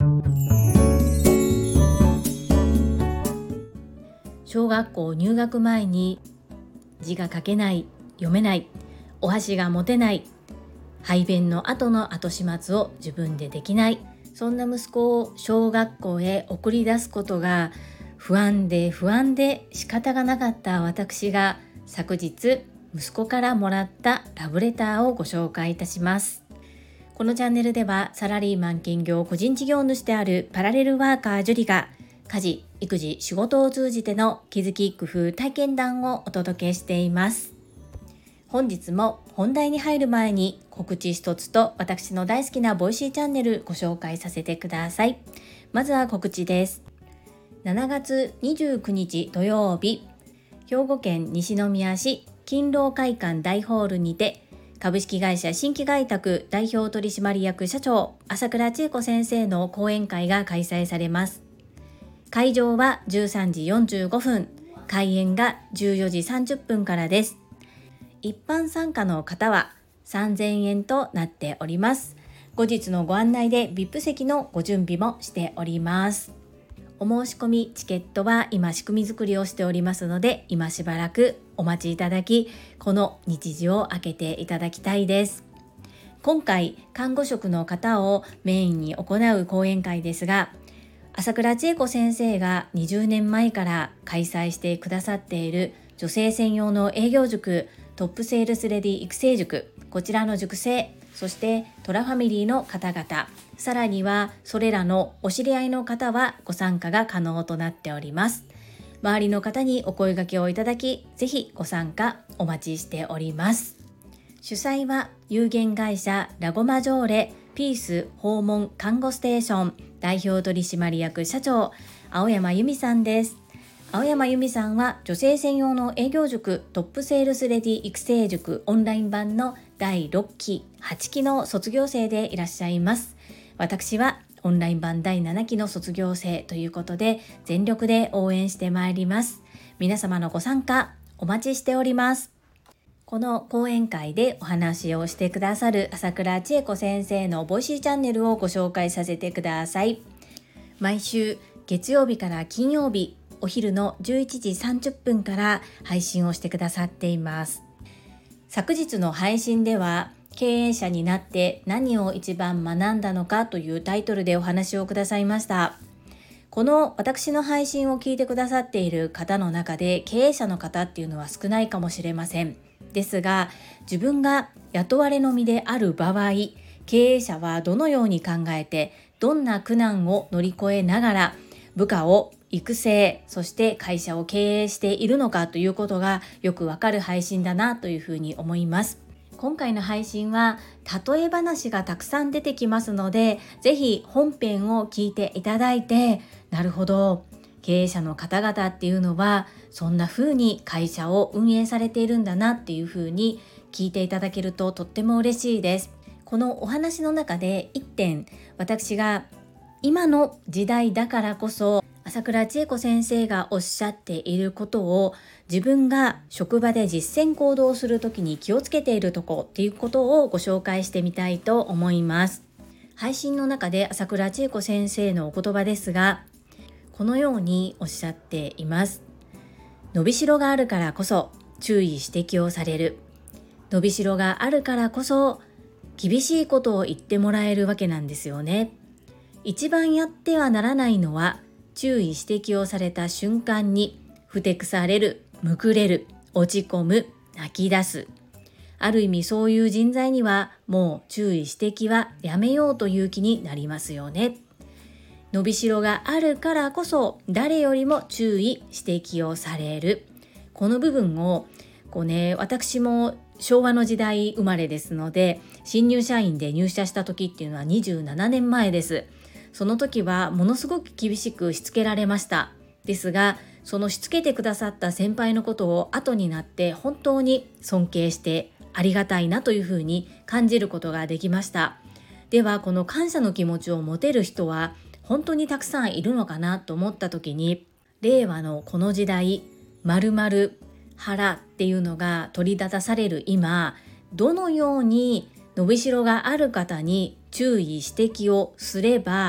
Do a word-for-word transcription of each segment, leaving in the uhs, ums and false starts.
小学校入学前に字が書けない、読めない、お箸が持てない、排便の後の後始末を自分でできない、そんな息子を小学校へ送り出すことが不安で不安で仕方がなかった私が、昨日息子からもらったラブレターをご紹介いたします。このチャンネルではサラリーマン兼業個人事業主であるパラレルワーカージュリが、家事、育児、仕事を通じての気づき、工夫、体験談をお届けしています。本日も本題に入る前に告知一つと、私の大好きなボイシーチャンネルご紹介させてください。まずは告知です。しちがつにじゅうくにち土曜日、兵庫県西宮市勤労会館大ホールにて、株式会社新規外託代表取締役社長朝倉千恵子先生の講演会が開催されます。会場はじゅうさんじよんじゅうごふん、開演がじゅうよじさんじゅっぷんからです。一般参加の方はさんぜんえんとなっております。後日のご案内で ブイアイピー 席のご準備もしております。お申し込みチケットは今仕組み作りをしておりますので、今しばらくお待ちいただき、この日時を空けていただきたいです。今回看護職の方をメインに行う講演会ですが、朝倉千恵子先生がにじゅうねんまえから開催してくださっている女性専用の営業塾、トップセールスレディ育成塾、こちらの塾生、そしてトラファミリーの方々、さらにはそれらのお知り合いの方はご参加が可能となっております。周りの方にお声掛けをいただき、ぜひご参加お待ちしております。主催は有限会社ラゴマジョーレピース訪問看護ステーション代表取締役社長青山由美さんです。青山由美さんは女性専用の営業塾トップセールスレディ育成塾オンライン版のだいろっき、はちきの卒業生でいらっしゃいます。私はオンライン版だいななきの卒業生ということで、全力で応援してまいります。皆様のご参加お待ちしております。この講演会でお話をしてくださる朝倉千恵子先生のボイシーチャンネルをご紹介させてください。毎週月曜日から金曜日、お昼のじゅういちじさんじゅっぷんから配信をしてくださっています。昨日の配信では、経営者になって何を一番学んだのかというタイトルでお話をくださいました。この私の配信を聞いてくださっている方の中で、経営者の方っていうのは少ないかもしれません。ですが、自分が雇われの身である場合、経営者はどのように考えて、どんな苦難を乗り越えながら部下を育成、そして会社を経営しているのかということがよくわかる配信だなというふうに思います。今回の配信は例え話がたくさん出てきますので、ぜひ本編を聞いていただいて、なるほど、経営者の方々っていうのはそんな風に会社を運営されているんだなっていう風に聞いていただけるととっても嬉しいです。このお話の中で一点、私が今の時代だからこそ朝倉千恵子先生がおっしゃっていることを、自分が職場で実践行動するときに気をつけているところっていうことをご紹介してみたいと思います。配信の中で朝倉千恵子先生のお言葉ですが、このようにおっしゃっています。伸びしろがあるからこそ注意指摘をされる。伸びしろがあるからこそ厳しいことを言ってもらえるわけなんですよね。一番やってはならないのは、注意指摘をされた瞬間にふてくされる、むくれる、落ち込む、泣き出す。ある意味そういう人材にはもう注意指摘はやめようという気になりますよね。伸びしろがあるからこそ誰よりも注意指摘をされる。この部分をこうね、私も昭和の時代生まれですので、新入社員で入社した時っていうのはにじゅうななねんまえです。その時はものすごく厳しくしつけられました。ですが、そのしつけてくださった先輩のことを後になって本当に尊敬してありがたいなというふうに感じることができました。では、この感謝の気持ちを持てる人は本当にたくさんいるのかなと思った時に、令和のこの時代、〇〇腹っていうのが取り立たされる今、どのように伸びしろがある方に注意指摘をすれば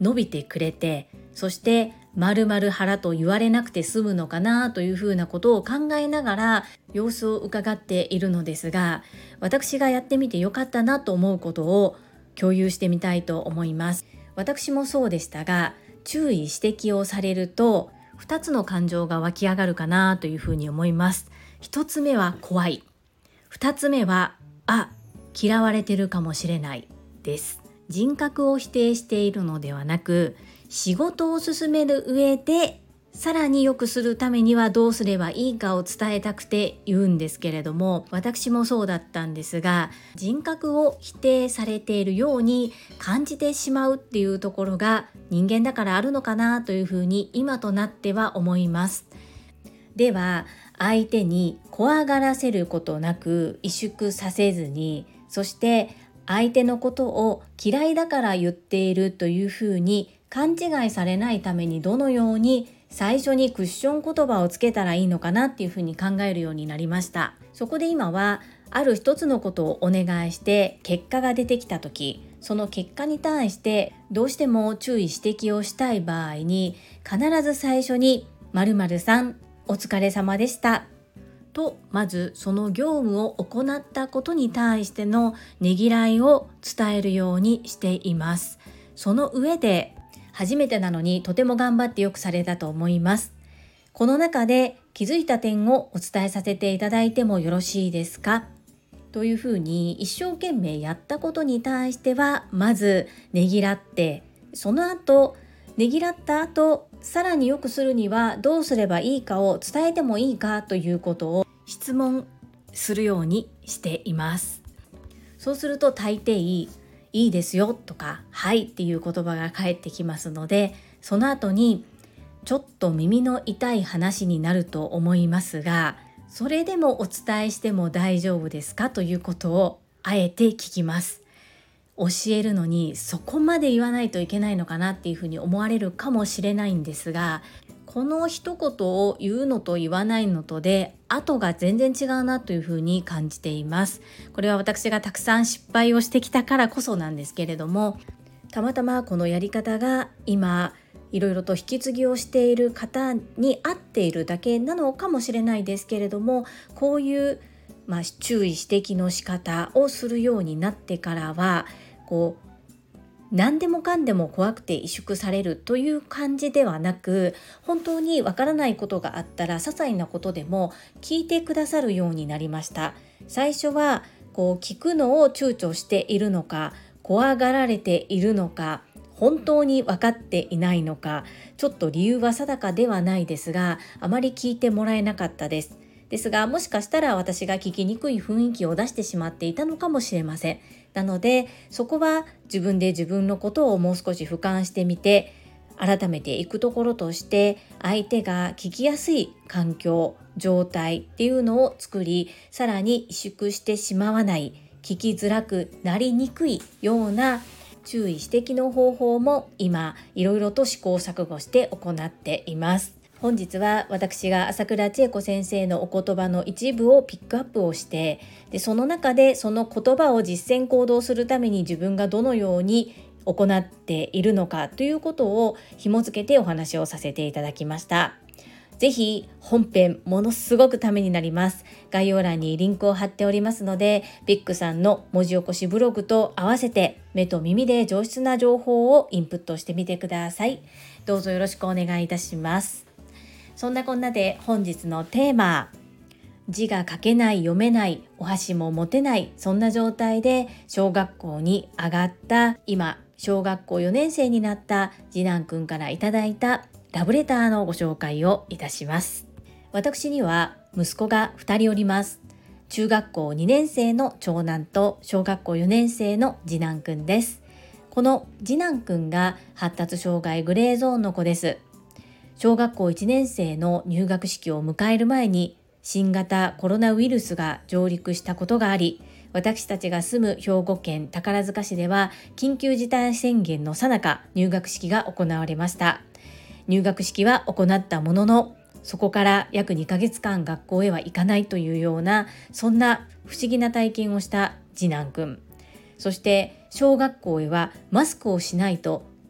伸びてくれて、そして丸々腹と言われなくて済むのかなというふうなことを考えながら様子を伺っているのですが、私がやってみてよかったなと思うことを共有してみたいと思います。私もそうでしたが、注意指摘をされるとふたつの感情が湧き上がるかなというふうに思います。ひとつめは怖い、ふたつめはあ、嫌われてるかもしれないです。人格を否定しているのではなく、仕事を進める上でさらに良くするためにはどうすればいいかを伝えたくて言うんですけれども、私もそうだったんですが、人格を否定されているように感じてしまうっていうところが人間だからあるのかなというふうに今となっては思います。では、相手に怖がらせることなく萎縮させずに、そして相手のことを嫌いだから言っているというふうに勘違いされないために、どのように最初にクッション言葉をつけたらいいのかなっていうふうに考えるようになりました。そこで今はある一つのことをお願いして結果が出てきた時、その結果に対してどうしても注意指摘をしたい場合に、必ず最初に〇〇さんお疲れ様でしたと、まずその業務を行ったことに対してのねぎらいを伝えるようにしています。その上で、初めてなのにとても頑張ってよくされたと思います。この中で気づいた点をお伝えさせていただいてもよろしいですか？というふうに一生懸命やったことに対してはまずねぎらって、その後ねぎらった後、さらに良くするにはどうすればいいかを伝えてもいいかということを質問するようにしています。そうすると大抵いいですよとかはいっていう言葉が返ってきますので、その後にちょっと耳の痛い話になると思いますが、それでもお伝えしても大丈夫ですかということをあえて聞きます。教えるのにそこまで言わないといけないのかなっていうふうに思われるかもしれないんですが、この一言を言うのと言わないのとで後が全然違うなというふうに感じています。これは私がたくさん失敗をしてきたからこそなんですけれども、たまたまこのやり方が今いろいろと引き継ぎをしている方に合っているだけなのかもしれないですけれども、こういうまあ、注意指摘の仕方をするようになってからは、こう何でもかんでも怖くて萎縮されるという感じではなく、本当にわからないことがあったら些細なことでも聞いてくださるようになりました。最初はこう聞くのを躊躇しているのか、怖がられているのか、本当に分かっていないのか、ちょっと理由は定かではないですが、あまり聞いてもらえなかったです。ですが、もしかしたら私が聞きにくい雰囲気を出してしまっていたのかもしれません。なので、そこは自分で自分のことをもう少し俯瞰してみて、改めていくところとして、相手が聞きやすい環境、状態っていうのを作り、さらに萎縮してしまわない、聞きづらくなりにくいような注意指摘の方法も今いろいろと試行錯誤して行っています。本日は私が朝倉千恵子先生のお言葉の一部をピックアップをして、でその中でその言葉を実践行動するために自分がどのように行っているのかということを紐付けてお話をさせていただきました。ぜひ本編ものすごくためになります。概要欄にリンクを貼っておりますので、ビッグさんの文字起こしブログと合わせて目と耳で上質な情報をインプットしてみてください。どうぞよろしくお願いいたします。そんなこんなで本日のテーマ、字が書けない、読めない、お箸も持てない、そんな状態で小学校に上がった今小学校よねん生になった次男くんからいただいたラブレターのご紹介をいたします。私には息子がふたりおります。中学校にねん生の長男と小学校よねん生の次男くんです。この次男くんが発達障害グレーゾーンの子です。小学校いちねん生の入学式を迎える前に新型コロナウイルスが上陸したことがあり、私たちが住む兵庫県宝塚市では緊急事態宣言の最中入学式が行われました。入学式は行ったものの、そこから約にかげつかん学校へは行かないというような、そんな不思議な体験をした次男くん。そして小学校へはマスクをしないと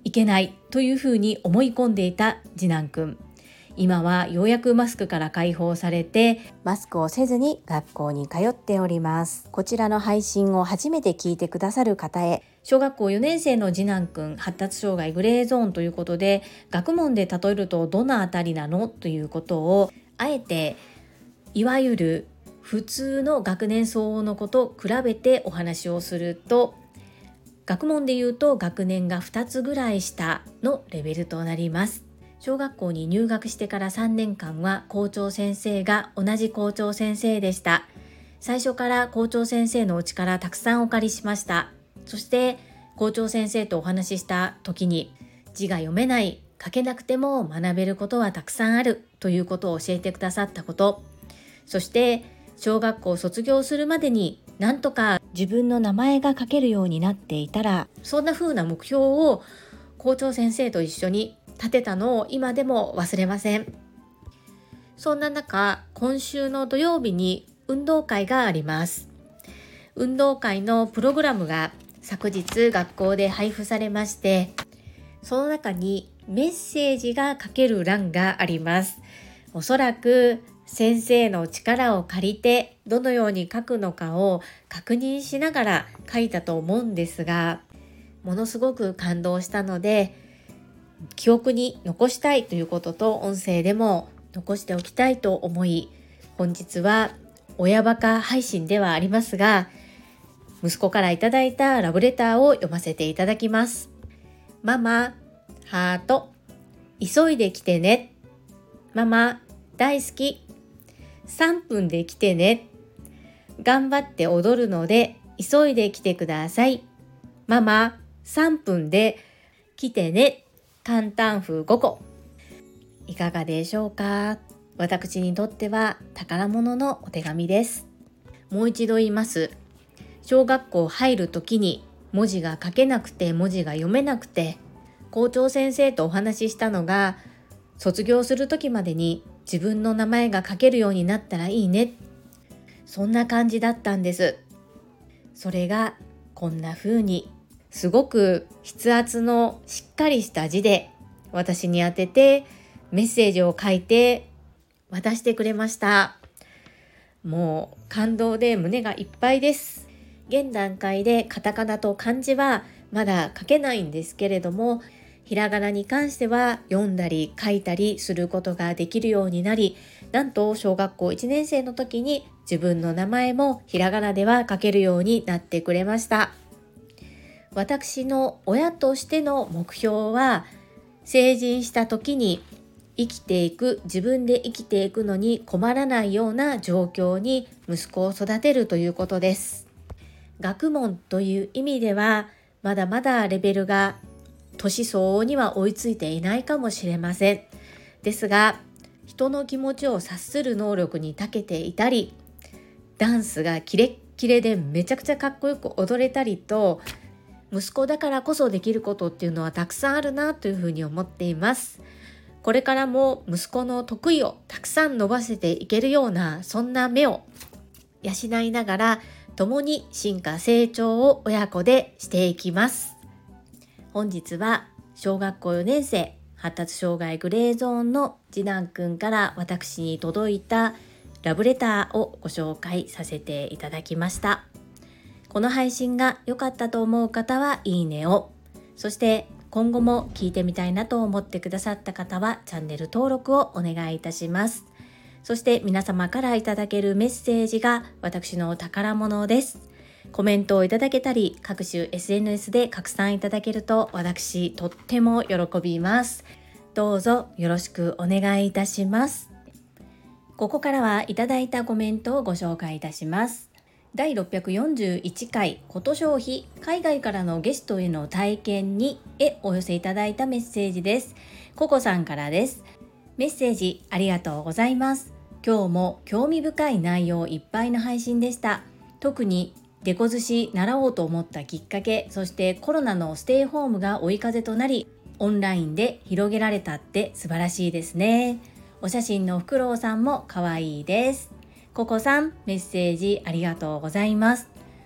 いけないというふうに思い込んでいた次男くん。今はようやくマスクから解放されて、マスクをせずに学校に通っております。こちらの配信を初めて聞いてくださる方へ、小学校よねん生の次男くん、発達障害グレーゾーンということで、学問で例えるとどのあたりなのということをあえて、いわゆる普通の学年相応の子と比べてお話をすると、学問でいうと学年がふたつぐらい下のレベルとなります。小学校に入学してからさんねんかんは校長先生が同じ校長先生でした。最初から校長先生のお力たくさんお借りしました。そして校長先生とお話しした時に、字が読めない、書けなくても学べることはたくさんあるということを教えてくださったこと、そして小学校を卒業するまでになんとか自分の名前が書けるようになっていたら、そんな風な目標を校長先生と一緒に立てたのを今でも忘れません。そんな中、今週の土曜日に運動会があります。運動会のプログラムが昨日学校で配布されまして、その中にメッセージが書ける欄があります。おそらく先生の力を借りてどのように書くのかを確認しながら書いたと思うんですが、ものすごく感動したので、記憶に残したいということと音声でも残しておきたいと思い、本日は親バカ配信ではありますが、息子からいただいたラブレターを読ませていただきます。ママ、ハート、急いで来てね。ママ、大好き。さんぷんで来てね。頑張って踊るので急いで来てください。ママ、さんぷんで来てね。簡単風ごこ。いかがでしょうか。私にとっては宝物のお手紙です。もう一度言います。小学校入るときに文字が書けなくて文字が読めなくて、校長先生とお話ししたのが、卒業するときまでに自分の名前が書けるようになったらいいね。そんな感じだったんです。それがこんな風にすごく筆圧のしっかりした字で私に当ててメッセージを書いて渡してくれました。もう感動で胸がいっぱいです。現段階でカタカナと漢字はまだ書けないんですけれども、ひらがなに関しては読んだり書いたりすることができるようになり、なんと小学校いちねん生の時に自分の名前もひらがなでは書けるようになってくれました。私の親としての目標は、成人した時に生きていく、自分で生きていくのに困らないような状況に息子を育てるということです。学問という意味ではまだまだレベルが年相応には追いついていないかもしれません。ですが、人の気持ちを察する能力に長けていたり、ダンスがキレッキレでめちゃくちゃかっこよく踊れたりと、息子だからこそできることっていうのはたくさんあるなというふうに思っています。これからも息子の得意をたくさん伸ばせていけるような、そんな目を養いながら共に進化成長を親子でしていきます。本日は小学校よねん生、発達障害グレーゾーンの次男くんから私に届いたラブレターをご紹介させていただきました。この配信が良かったと思う方はいいねを、そして今後も聞いてみたいなと思ってくださった方はチャンネル登録をお願いいたします。そして皆様からいただけるメッセージが私の宝物です。コメントをいただけたり、各種 エスエヌエス で拡散いただけると私とっても喜びます。どうぞよろしくお願いいたします。ここからはいただいたコメントをご紹介いたします。だいろっぴゃくよんじゅういちかいこと消費海外からのゲストへの体験にへお寄せいただいたメッセージです。ココさんからです。メッセージありがとうございます。今日も興味深い内容いっぱいの配信でした。特にデコ寿司習おうと思ったきっかけ、そしてコロナのステイホームが追い風となりオンラインで広げられたって素晴らしいですね。お写真のフクロウさんも可愛いです。ココさん、メッセージありがとうございます。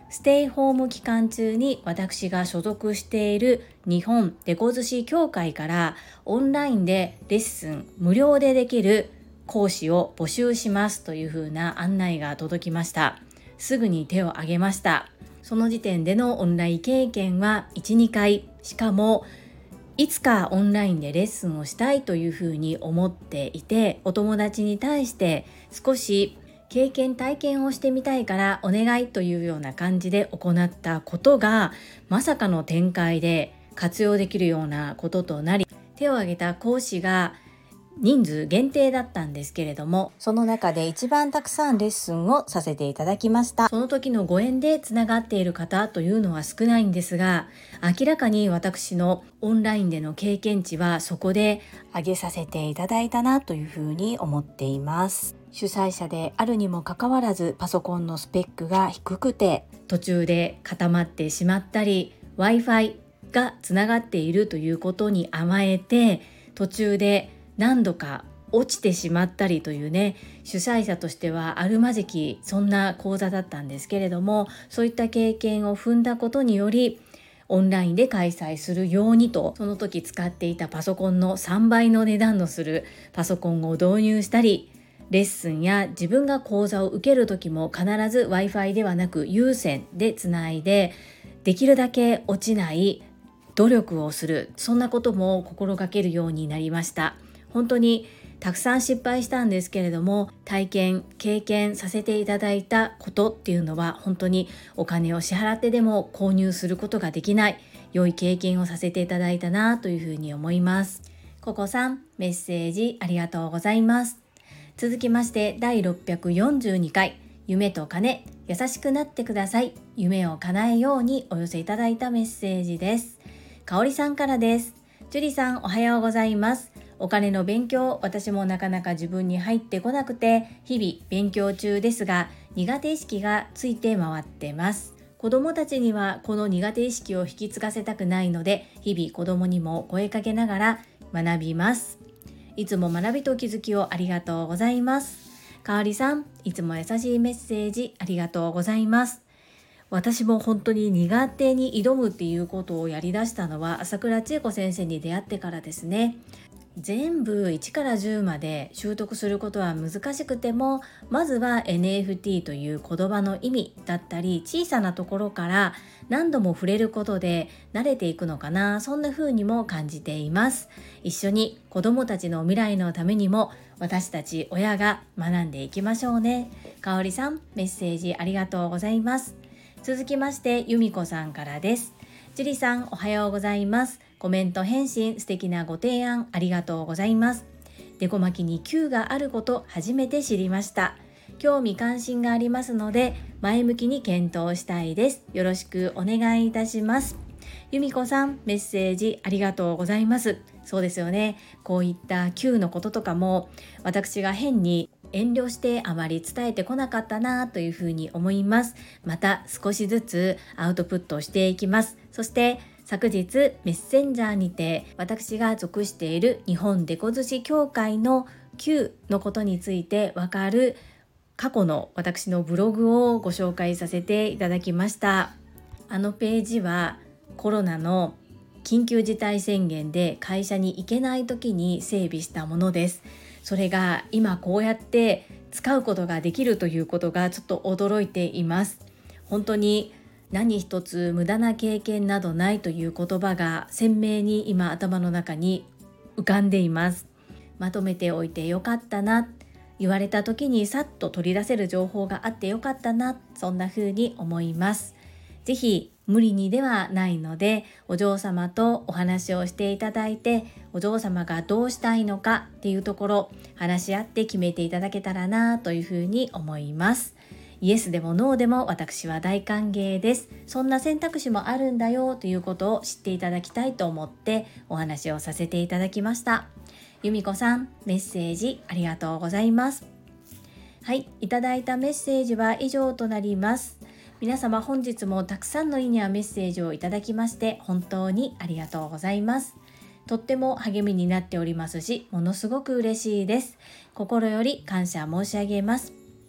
ステイホーム期間中に私が所属している日本デコ寿司協会からオンラインでレッスン無料でできる講師を募集しますというふうな案内が届きました。すぐに手を挙げました。その時点でのオンライン経験はいち、にかい、しかもいつかオンラインでレッスンをしたいというふうに思っていて、お友達に対して少し経験体験をしてみたいからお願いというような感じで行ったことが、まさかの展開で活用できるようなこととなり、手を挙げた講師が人数限定だったんですけれども、その中で一番たくさんレッスンをさせていただきました。その時のご縁でつながっている方というのは少ないんですが、明らかに私のオンラインでの経験値はそこで上げさせていただいたなというふうに思っています。主催者であるにもかかわらずパソコンのスペックが低くて、途中で固まってしまったり Wi-Fi がつながっているということに甘えて、途中で何度か落ちてしまったりというね、主催者としてはあるまじきそんな講座だったんですけれども、そういった経験を踏んだことによりオンラインで開催するようにと、その時使っていたパソコンのさんばいの値段のするパソコンを導入したり、レッスンや自分が講座を受ける時も必ず Wi-Fi ではなく有線でつないで、できるだけ落ちない努力をする、そんなことも心がけるようになりました。本当にたくさん失敗したんですけれども、体験経験させていただいたことっていうのは本当にお金を支払ってでも購入することができない良い経験をさせていただいたなというふうに思います。ココさん、メッセージありがとうございます。続きましてだいろっぴゃくよんじゅうにかい、夢と金、優しくなってください、夢を叶えようにお寄せいただいたメッセージです。かおりさんからです。ジュリさん、おはようございます。お金の勉強、私もなかなか自分に入ってこなくて日々勉強中ですが、苦手意識がついて回ってます。子供たちにはこの苦手意識を引き継がせたくないので、日々子供にも声かけながら学びます。いつも学びと気づきをありがとうございます。かおりさん、いつも優しいメッセージありがとうございます。私も本当に苦手に挑むっていうことをやりだしたのは朝倉千恵子先生に出会ってからですね。全部いちからじゅうまで習得することは難しくても、まずは エヌエフティー という言葉の意味だったり、小さなところから何度も触れることで慣れていくのかな、そんな風にも感じています。一緒に子どもたちの未来のためにも私たち親が学んでいきましょうね。かおりさん、メッセージありがとうございます。続きましてゆみこさんからです。ジュリさん、おはようございます。コメント返信、素敵なご提案ありがとうございます。デコ巻きに Q があること初めて知りました。興味関心がありますので前向きに検討したいです。よろしくお願いいたします。ゆみこさん、メッセージありがとうございます。そうですよね。こういった Q のこととかも私が変に遠慮してあまり伝えてこなかったなというふうに思います。また少しずつアウトプットしていきます。そして昨日メッセンジャーにて私が属している日本デコ寿司協会の Q のことについてわかる過去の私のブログをご紹介させていただきました。あのページはコロナの緊急事態宣言で会社に行けない時に整備したものです。それが今こうやって使うことができるということがちょっと驚いています。本当に何一つ無駄な経験などないという言葉が鮮明に今頭の中に浮かんでいます。まとめておいてよかったな、言われた時にさっと取り出せる情報があってよかったな、そんな風に思います。ぜひ無理にではないのでお嬢様とお話をしていただいて、お嬢様がどうしたいのかっていうところ話し合って決めていただけたらなというふうに思います。イエスでもノーでも私は大歓迎です。そんな選択肢もあるんだよということを知っていただきたいと思ってお話をさせていただきました。ゆみこさん、メッセージありがとうございます。はい、いただいたメッセージは以上となります。皆様本日もたくさんのいいねやメッセージをいただきまして本当にありがとうございます。とっても励みになっておりますし、ものすごく嬉しいです。心より感謝申し上げます。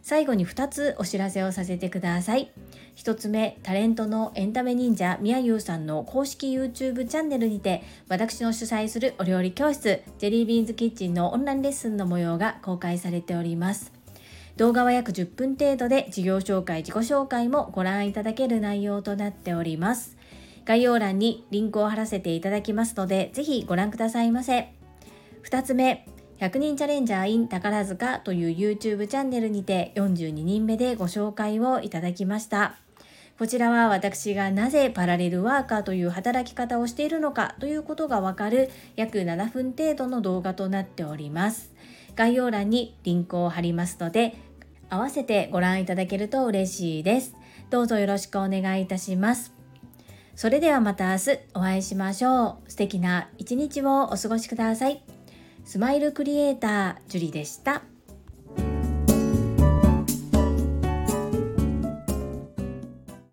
最後にふたつお知らせをさせてください。ひとつめ、タレントのエンタメ忍者みやゆうさんの公式 YouTube チャンネルにて、私の主催するお料理教室ジェリービーンズキッチンのオンラインレッスンの模様が公開されております。動画は約じゅっぷん程度で、事業紹介、自己紹介もご覧いただける内容となっております。概要欄にリンクを貼らせていただきますので、ぜひご覧くださいませ。ふたつめ、ひゃくにんチャレンジャー in 宝塚という YouTube チャンネルにてよんじゅうににんめでご紹介をいただきました。こちらは私がなぜパラレルワーカーという働き方をしているのかということがわかる約ななふん程度の動画となっております。概要欄にリンクを貼りますので、合わせてご覧いただけると嬉しいです。どうぞよろしくお願いいたします。それではまた明日お会いしましょう。素敵な一日をお過ごしください。スマイルクリエイタージュリでした。